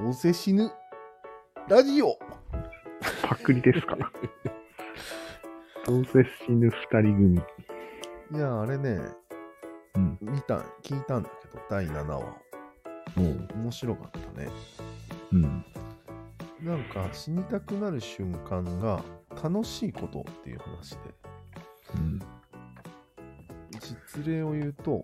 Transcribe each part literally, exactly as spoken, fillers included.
うせ死ぬラジオ。 パクリですか？どうせ死ぬ二人組。 いや、あれね、 うん。 見た、聞いたんだけど、だいななわ。 もう、 面白かったね。 うん。 なんか、死にたくなる瞬間が楽しいことっていう話で、 うん。 実例を言うと、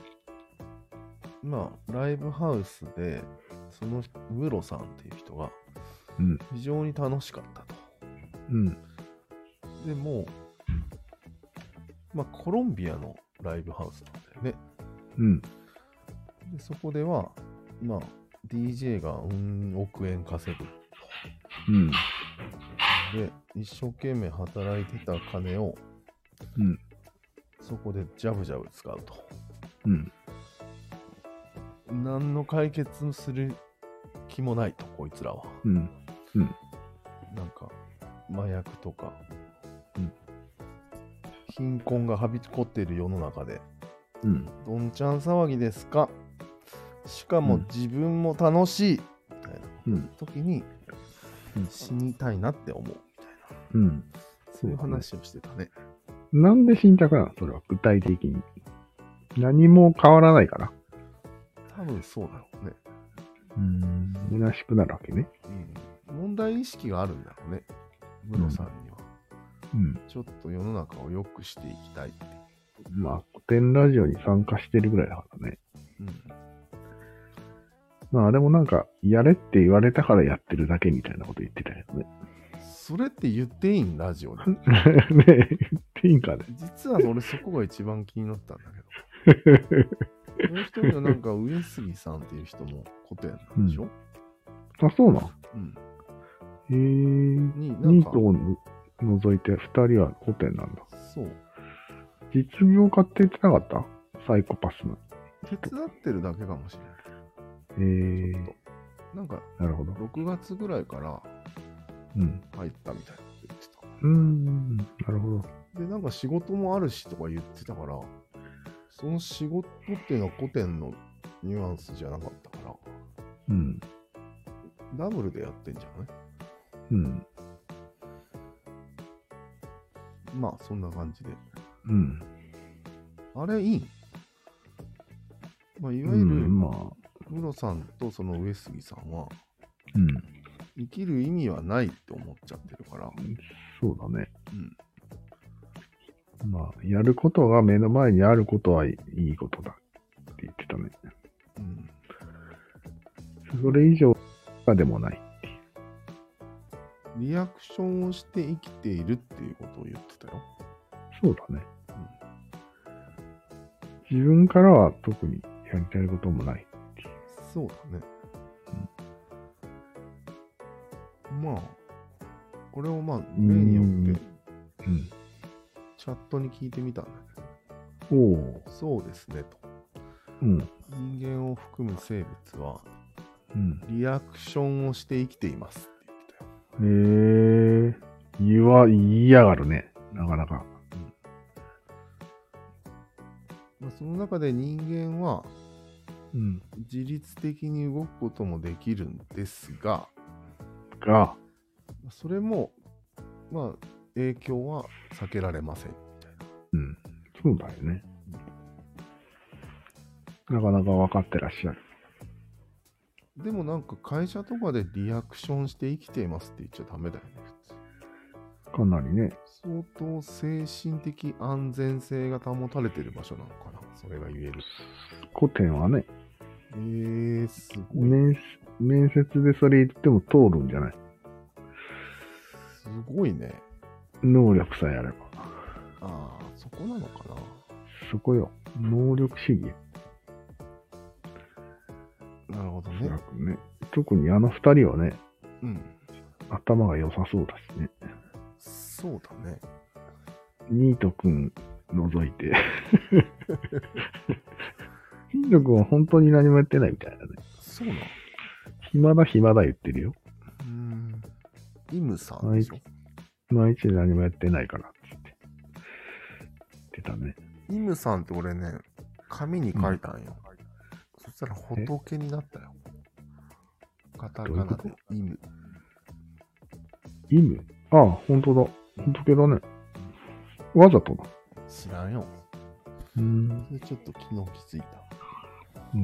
まあ、ライブハウスで、そのムロさんっていう人が、 うん。 非常に楽しかったと。 うん。 でも、まあ、コロンビアのライブハウスなんだよね。 うん。 でそこでは、まあ、ディージェー がうん億円稼ぐ。 うん。 で、一生懸命働いてた金を、 うん。 そこでジャブジャブ使うと。 うん。 何の解決する気もないと、こいつらは。 うん。うん。 なんか、麻薬とか、 うん、 貧困がはびこっている世の中で、 うん、 どんちゃん騒ぎですか。しかも自分も楽しい、みたいな時に、うん、死にたいなって思うみたいな、うん、そういう話をしてたね。 なんで死にたくなるの？それは具体的に。何も変わらないから。 多分そうだろうね。 うーん、虚しくなるわけね。 うん、問題意識があるんだろうね、ムロさんには。うん、ちょっと世の中を良くしていきたいって。 まあ、古典ラジオに参加してるぐらいだからね。うん、まあでもなんか、やれって言われたからやってるだけみたいなこと言ってたけどね。 それって言っていいん？ラジオで。 ねえ、言っていいんかね。 実は俺そこが一番気になったんだけど。その人にはなんか上杉さんっていう人も古典なんでしょ、 うん、あ、そうなん？ うん。 へえー。ニートを除いてふたりは古典なんだ。 そう。 実業家って言ってなかった？サイコパスの。 手伝ってるだけかもしれない。へえー。 なんか、 なるほど。 ろくがつぐらいから入ったみたいなこと言ってた。 うん、なるほど。 で、なんか仕事もあるしとか言ってたから、その仕事っていうのは古典のニュアンスじゃなかったから、 うん。 ダブルでやってんじゃない？ うん。 まあ、そんな感じで。 うん。 あれいい？まあ、いわゆる、まあ、ムロさんとその上杉さんは、 うん。 生きる意味はないって思っちゃってるから。 そうだね。 うん。 まあ、やることが目の前にあることはいいことだって言ってたね。 うん。 それ以上でもないっていう。 リアクションをして生きているっていうことを言ってたよ。 そうだね。うん、自分からは特にやりたいこともないっていう。 そうだね。うん、まあ、これをまあ、例によって、うん、チャットに聞いてみたんだけど、おお、そうですねと。うん、人間を含む生物は、うん、リアクションをして生きていますって言ってたよ。 へえ、言わ、言いやがるね、なかなか。 うん、まあ、その中で人間は、 うん、 自律的に動くこともできるんですが、 が、 それも、まあ、影響は避けられませんみたいな。 うん、そうだよね。なかなか分かってらっしゃる。 でもなんか会社とかでリアクションして生きていますって言っちゃダメだよね。 かなりね。 相当精神的安全性が保たれてる場所なのかな。それが言える。 古典はね。 えー、すごい。 面、面接でそれ言っても通るんじゃない？ すごいね。 能力さえあれば。 ああ、そこなのかな。 そこよ。能力主義。 なるほどね。 ね。特にあの二人はね、 うん、 頭が良さそうだしね。 そうだね。 ニート君除いて。ニート君は本当に何もやってないみたいだね。 そうなの？ 暇だ暇だ言ってるよ。 うーん。イムさんでしょ？ 毎日何もやってないからって言って。言ってたね。 イムさんって俺ね、紙に書いたんよ。うん、そしたら仏になったよ。 カタカナでイム。 イム？ああ、ほんとだ。ほんとけだね。わざとだ。 知らんよ。 うん。 それちょっと昨日気づいた。 うん。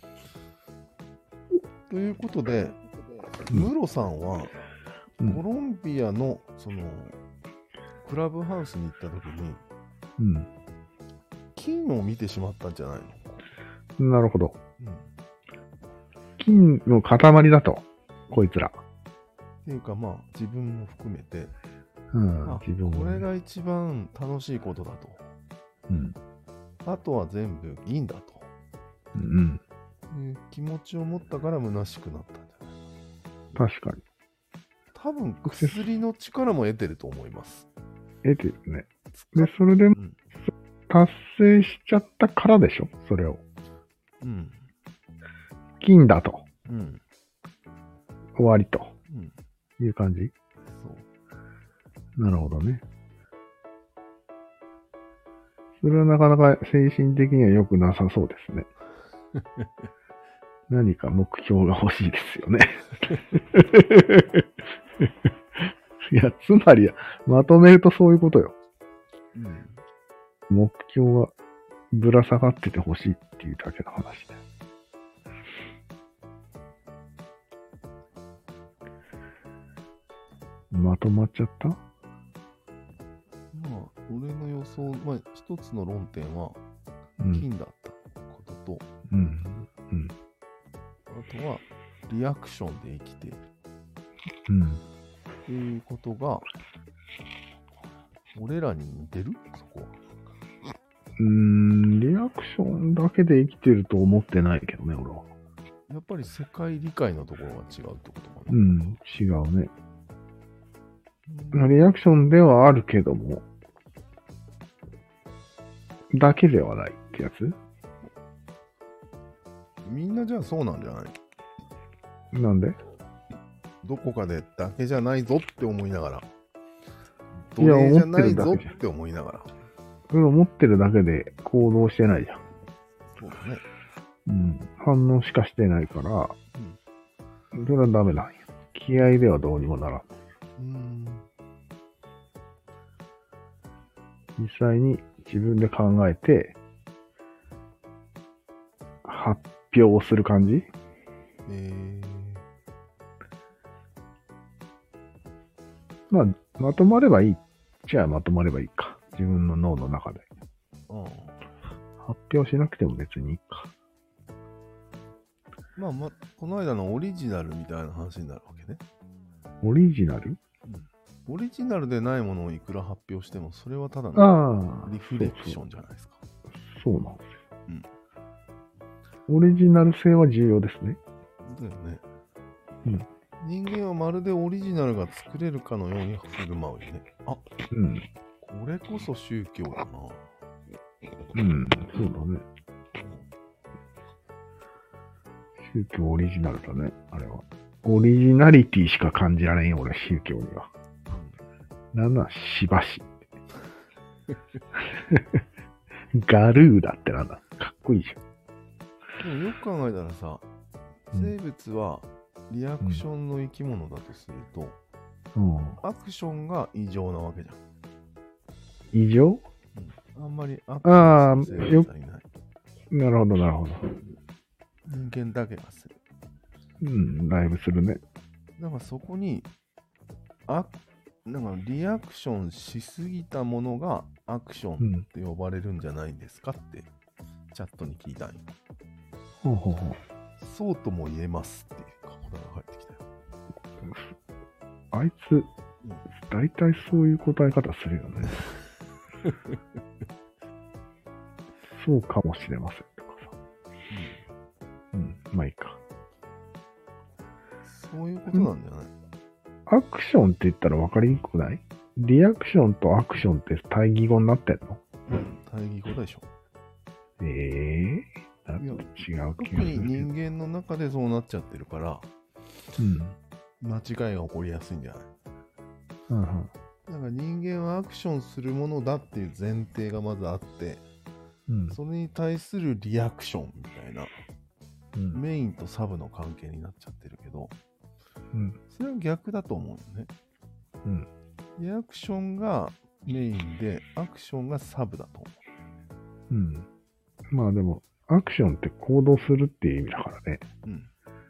ということで、ムロさんは、 うん、 コロンビアのそのクラブハウスに行った時に、 うん、 金を見てしまったんじゃないの？なるほど。 うん、 金の塊だと、こいつら。 っていうかまあ自分も含めて、 うん、自分も、ね、 これが一番楽しいことだと。 うん、 あとは全部銀だと。 うん、 いう気持ちを持ったから虚しくなったんじゃない？確かに。 多分薬の力も得てると思います。 得てるね。で、それで、うん、達成しちゃったからでしょ、それを。 うん。 金だと。 うん。 終わりと。 うん。 いう感じ？ そう。 なるほどね。それはなかなか精神的には良くなさそうですね。何か目標が欲しいですよね。いや、つまり、まとめるとそういうことよ。 うん、 目標がぶら下がってて欲しいっていうだけの話で。まとまっちゃった？ まあ、俺の予想、まあ、一つの論点は、金だったことと、 うん、うん。 あとは、リアクションで生きている。 うん。 っていうことが、俺らに似てる？そこは。 うーん、リアクションだけで生きてると思ってないけどね、俺は。 やっぱり世界理解のところが違うってことかな。 うん、違うね。うん、リアクションではあるけども、だけではないってやつ？ みんなじゃあそうなんじゃない？ なんで？ どこかでだけじゃないぞって思いながら。奴隷じゃないぞって思いながら。 思ってるだけで行動してないじゃん。 そうだね。 うん。反応しかしてないから、うん、それはダメなんよ。気合ではどうにもならん。 うん。 実際に自分で考えて、発表する感じ？ えー、 まあ、まとまればいい。じゃあまとまればいいか。自分の脳の中で。 うん、 発表しなくても別にいいか。 まあ、ま、この間のオリジナルみたいな話になるわけね。 オリジナル？ うん、オリジナルでないものをいくら発表しても、それはただのリフレクションじゃないですか。 そうそうなんですよ。うん。オリジナル性は重要ですね。 だよね。 うん。 人間はまるでオリジナルが作れるかのように振る舞うよね。あ、 うん。 これこそ宗教だな。 うん、そうだね。宗教オリジナルだね、あれは。オリジナリティしか感じられんよ、俺、宗教には。うん、なんなん、しばし。ガルーダってなんだ。かっこいいじゃん。でもよく考えたらさ、生物はリアクションの生き物だとすると、うん、アクションが異常なわけじゃん。 異常？ うん、あんまりアクション性が足りない。 なるほど、なるほど。 人間だけがする。 うん、だいぶするね。 だからそこに、あ、なんかリアクションしすぎたものがアクションって呼ばれるんじゃないですかって、チャットに聞いたんよ。 ほうほうほう。 そうとも言えますっていうか、これが返ってきたよ。 あいつ、だいたいそういう答え方するよね。そうかもしれませんとかさ。うん、うん、まあいいか。 そういうことなんじゃない？ アクションって言ったら分かりにくくない？リアクションとアクションって対義語になってんの？ うん、対義語でしょ。 ええー、だと違う気がする。 特に人間の中でそうなっちゃってるから、うん、間違いが起こりやすいんじゃない？うんうん。だから人間はアクションするものだっていう前提がまずあって、うん、それに対するリアクションみたいなうん、メインとサブの関係になっちゃってるけど、 うん、 それは逆だと思うよね。うん、リアクションがメインでアクションがサブだと思う。うん。まあでもアクションって行動するっていう意味だからね。 うん。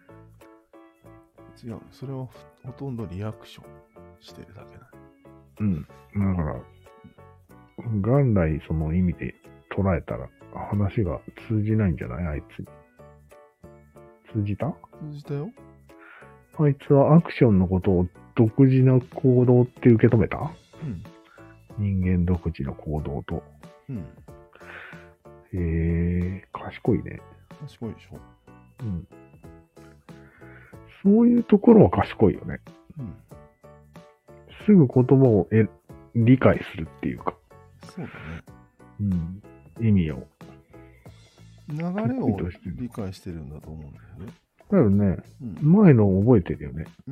違う。それはほとんどリアクションしてるだけだ。 うん。だから、元来その意味で捉えたら話が通じないんじゃない？あいつに。通じた？ 通じたよ。 あいつはアクションのことを独自な行動って受け止めた？うん。人間独自の行動と。うん。へえ、賢いね。 賢いでしょ。 うん。そういうところは賢いよね。うん。すぐ言葉をえ理解するっていうか。 そうだね。 うん。意味を。 流れを理解してるんだと思うんだよね。 だよね。うん、前のを覚えてるよね。うん。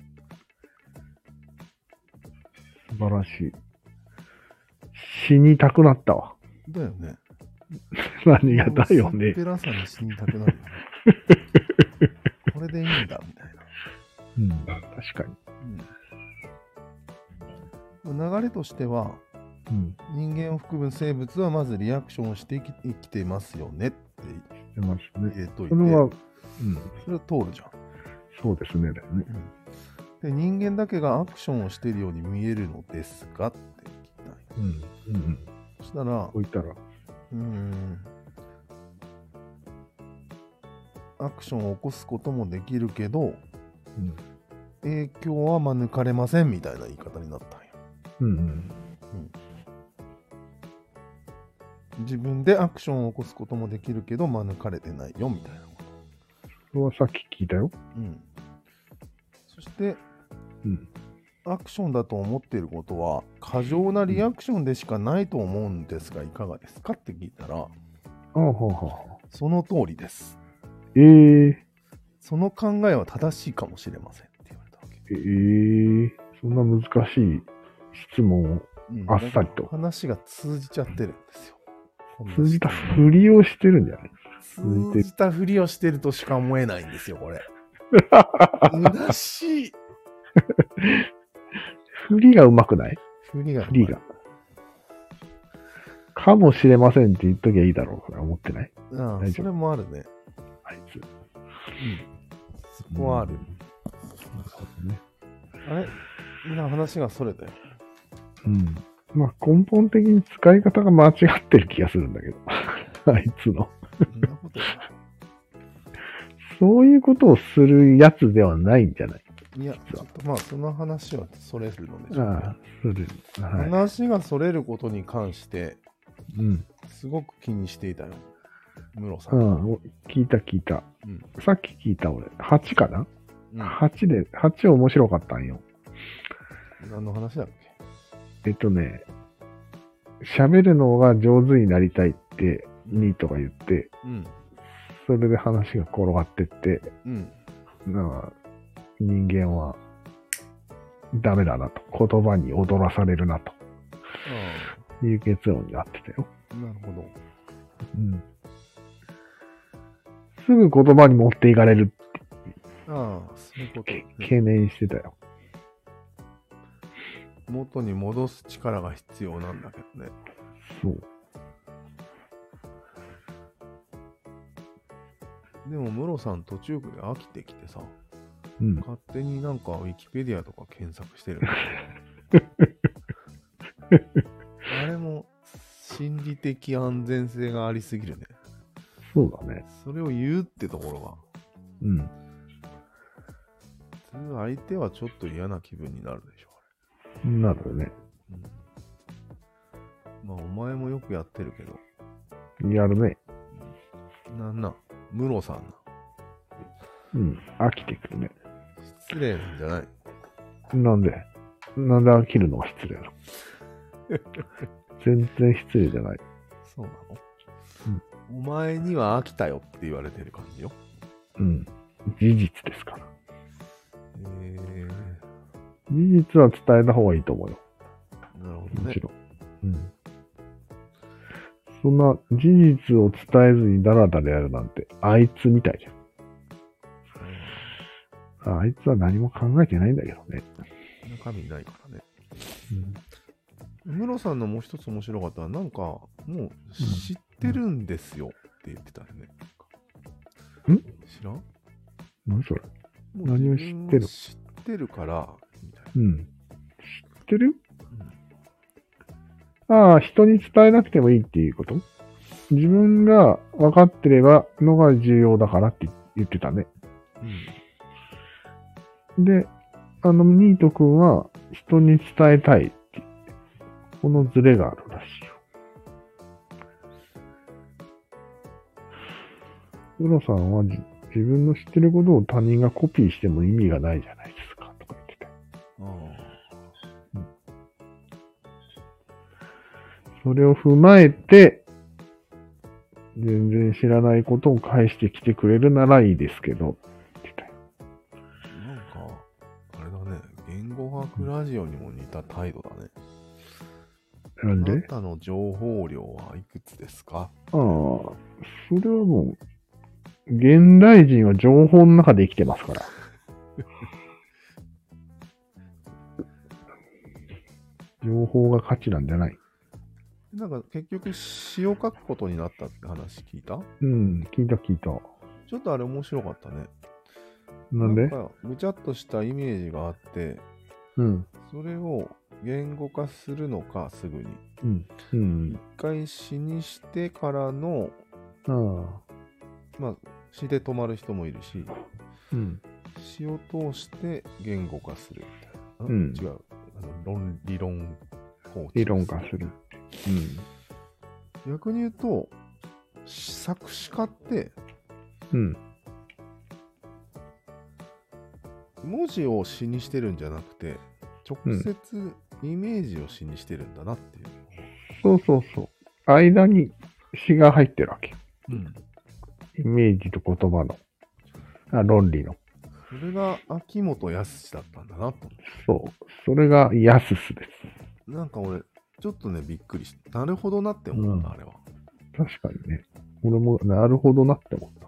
素晴らしい。死にたくなったわ。 だよね。 何がだよね。 ペラさに死にたくなるよね。これでいいんだみたいな。 うん、確かに。 うん、流れとしては、うん、人間を含む生物はまずリアクションをして生きてますよねって言ってますね。 入れといて、それは、うん、それは通るじゃん。 そうですね、だよね、 うん。で、人間だけがアクションをしているように見えるのですかって聞いたんよ。うんうんうん、そしたら、 こう言ったら、 うーん、アクションを起こすこともできるけど、うん、影響は免れませんみたいな言い方になったんよ。うんうんうん、自分でアクションを起こすこともできるけど免れてないよみたいなこと。 それはさっき聞いたよ。 うん。そして、うん、アクションだと思っていることは過剰なリアクションでしかないと思うんですがいかがですかって聞いたら、ああははその通りです。 えー、 その考えは正しいかもしれませんって言われたわけ。 えー、そんな難しい質問をあっさりと、 うん、話が通じちゃってるんですよ。 通じたふりをしてるんじゃない？ 通じたふりをしてるとしか思えないんですよ、これ。むなしい。 ふりがうまくない？ ふりがうまい。 ふりが。かもしれませんって言っときゃいいだろうから思ってない？ ああ、それもあるね。 あいつ。うん。 そこはある。うん、ね、あれみんな話がそれだよ。 うん。まあ根本的に使い方が間違ってる気がするんだけど。あいつの。 そんなことない。 そういうことをするやつではないんじゃない？ いや、ちょっとまあその話はそれるのでしょう、ね。ああ、 それ、 はい。話がそれることに関して、 うん、 すごく気にしていたよ。ムロさん。 うん、聞いた聞いた、うん。さっき聞いた俺。はちかな、うん、はちで、はち面白かったんよ。 何の話だっけ？えっとね、喋るのが上手になりたいってニートが言って、うん、それで話が転がってって、うん、だから人間はダメだなと、言葉に踊らされるなと、うん、いう結論になってたよ。 なるほど。 うん。すぐ言葉に持っていかれるって、 ああ、そういうこと、ね、 懸念してたよ。 元に戻す力が必要なんだけどね。 そう。 でも、ムロさん途中で飽きてきてさ、うん、勝手になんかウィキペディアとか検索してるんだあれも心理的安全性がありすぎるね。 そうだね。 それを言うってところが。うん。普通相手はちょっと嫌な気分になるでしょ。 なるよね。 うん、まあ、お前もよくやってるけど。 やるね。 なんなん、ムロさんな。 うん、飽きてくるね。 失礼なんじゃない？ なんでなんで飽きるのが失礼なの？全然失礼じゃない。 そうなの？うん。お前には飽きたよって言われてる感じよ。 うん。事実ですから。 えー。 事実は伝えた方がいいと思うよ。 なるほどね。 もちろん。うん。 そんな事実を伝えずにダラダラやるなんて、あいつみたいじゃん。あいつは何も考えてないんだけどね。 中身ないからね。うん、ムロさんのもう一つ面白かったのは、なんか、もう知ってるんですよって言ってたよね。 ん、 知らん？ 何それ？何を知ってる？ 知ってるから、みたいな。 うん。知ってる？うん、ああ、人に伝えなくてもいいっていうこと？自分が分かってればのが重要だからって言ってたね。うん、で、あの、ニート君は人に伝えたいって、このズレがあるらしいよ。ウロさんは自分の知ってることを他人がコピーしても意味がないじゃないですかとか言ってた。ああ、うん、それを踏まえて、全然知らないことを返してきてくれるならいいですけど、って言ったよ。 なんか、あれだね、言語学ラジオにも似た態度だね。 なんで？ あなたの情報量はいくつですか？ ああ、それはもう、現代人は情報の中で生きてますから。情報が価値なんじゃない。 なんか結局詩を書くことになったって話聞いた？ うん、聞いた聞いた。 ちょっとあれ面白かったね。 なんで？ なんかぐちゃっとしたイメージがあって、 うん、 それを言語化するのかすぐに。 うんうん、 一回詩にしてからの、あまあ詩で止まる人もいるし、うん、詩を通して言語化するみたいな。うん、違う。あの論理論法理論化する。 うん、逆に言うと、作詞家って、うん、文字を詩にしてるんじゃなくて、直接イメージを詩にしてるんだなっていう。 うん、そうそうそう。間に詩が入ってるわけ。うん、イメージと言葉の、あ、論理の。 それが秋元康だったんだなと思って。 そう。それが康です。 なんか俺、ちょっとね、びっくりした。なるほどなって思った、うん、あれは。 確かにね。俺もなるほどなって思った。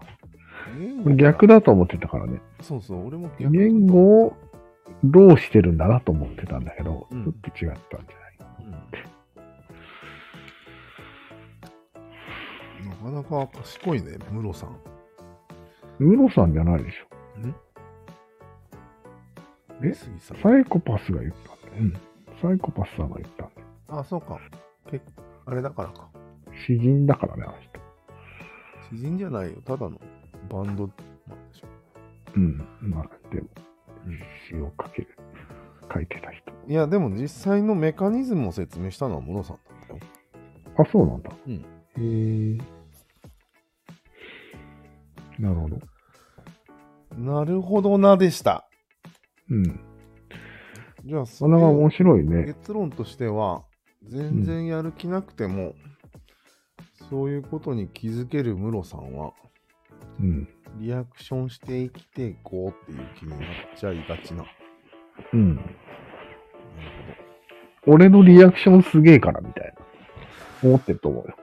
逆だと思ってたからね。 そうそう、俺も逆言語をどうしてるんだなと思ってたんだけど、うん、ちょっと違ったんじゃないかなと思って。 うん、なかなか賢いね、ムロさん。 ムロさんじゃないでしょ。んえサイコパスが言ったんだよ。うん。サイコパスさんが言ったんだよ。 あ、そうか。けあれだからか。 詩人だからね、あの人。 詩人じゃないよ。ただのバンドなんでしょ。 うん。まあ、でも、うん、詩を書ける。書いてた人。 いや、でも実際のメカニズムを説明したのはムロさんだったよ。 あ、そうなんだ。 うん。 へえ。なるほど。 なるほどなでした。 うん。 じゃあ、 それは面白いね。 結論としては、全然やる気なくても、うん、そういうことに気づけるムロさんは、うん、リアクションして生きていこうっていう気になっちゃいがちな。 うん。なるほど。俺のリアクションすげえからみたいな。思ってると思うよ。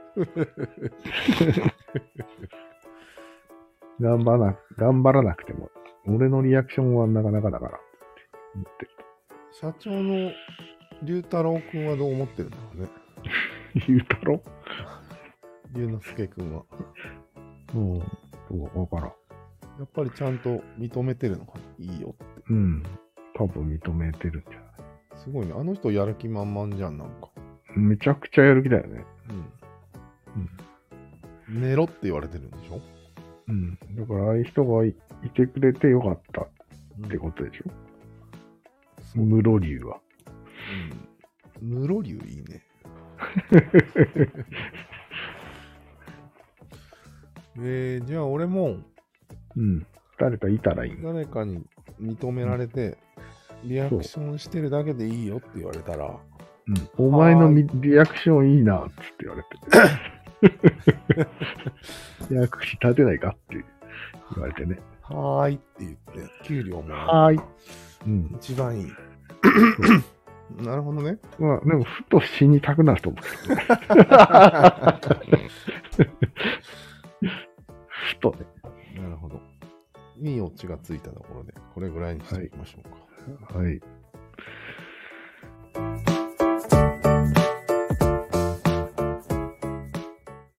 頑張らな、頑張らなくても、俺のリアクションはなかなかだから思ってる。 社長の龍太郎くんはどう思ってるんだろうね。 龍太郎龍之介くんは。 うん、どうわからん。 やっぱりちゃんと認めてるのかな。いいよって。 うん。多分認めてるんじゃない。 すごいね。あの人やる気満々じゃん、なんか。 めちゃくちゃやる気だよね。 うん。うん、寝ろって言われてるんでしょ。 うん。だからああいう人が い, いてくれてよかったってことでしょ。うん、室龍は。 うん。室龍いいね。えー、じゃあ俺も、 うん。誰かいたらいい。 誰かに認められて、うん、リアクションしてるだけでいいよって言われたら、 うん、お前のリアクションいいなっつって言われて。役に立てないかって言われてね。 はーいって言って、給料もらう。 はーい。 うん。一番いい。 なるほどね。 まあ、でも、ふと死にたくなると思う。ふとね。 なるほど。いいオチがついたところで、これぐらいにしていきましょうか。 はい。はい